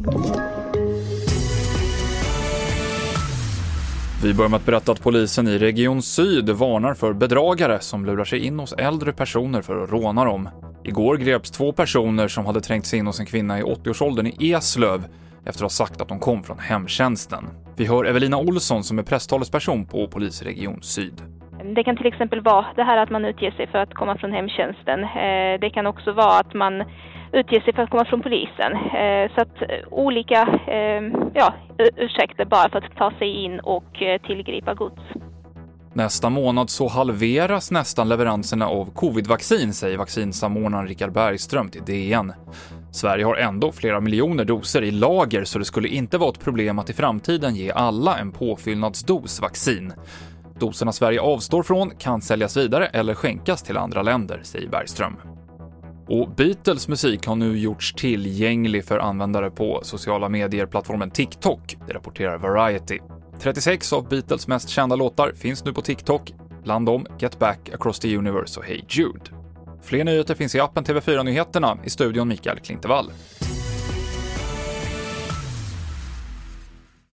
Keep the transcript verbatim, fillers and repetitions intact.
Vi börjar med att berätta att polisen i Region Syd varnar för bedragare som lurar sig in hos äldre personer för att råna dem. Igår greps två personer som hade trängt sig in hos en kvinna i åttioårsåldern i Eslöv efter att ha sagt att de kom från hemtjänsten. Vi hör Evelina Olsson som är presstalesperson på Polisregion Syd. Det kan till exempel vara det här att man utger sig för att komma från hemtjänsten. Det kan också vara att man utger sig för att komma från polisen. Så att olika ja, ursäkter bara för att ta sig in och tillgripa gods. Nästa månad så halveras nästan leveranserna av covidvaccin, säger vaccinsamordnaren Richard Bergström till D N. Sverige har ändå flera miljoner doser i lager så det skulle inte vara ett problem att i framtiden ge alla en påfyllnadsdos vaccin. Doserna Sverige avstår från kan säljas vidare eller skänkas till andra länder, säger Bergström. Och Beatles musik har nu gjorts tillgänglig för användare på sociala medier-plattformen TikTok, det rapporterar Variety. trettiosex av Beatles mest kända låtar finns nu på TikTok, bland dem Get Back, Across the Universe och Hey Jude. Fler nyheter finns i appen T V fyra Nyheterna, i studion Mikael Klintevall.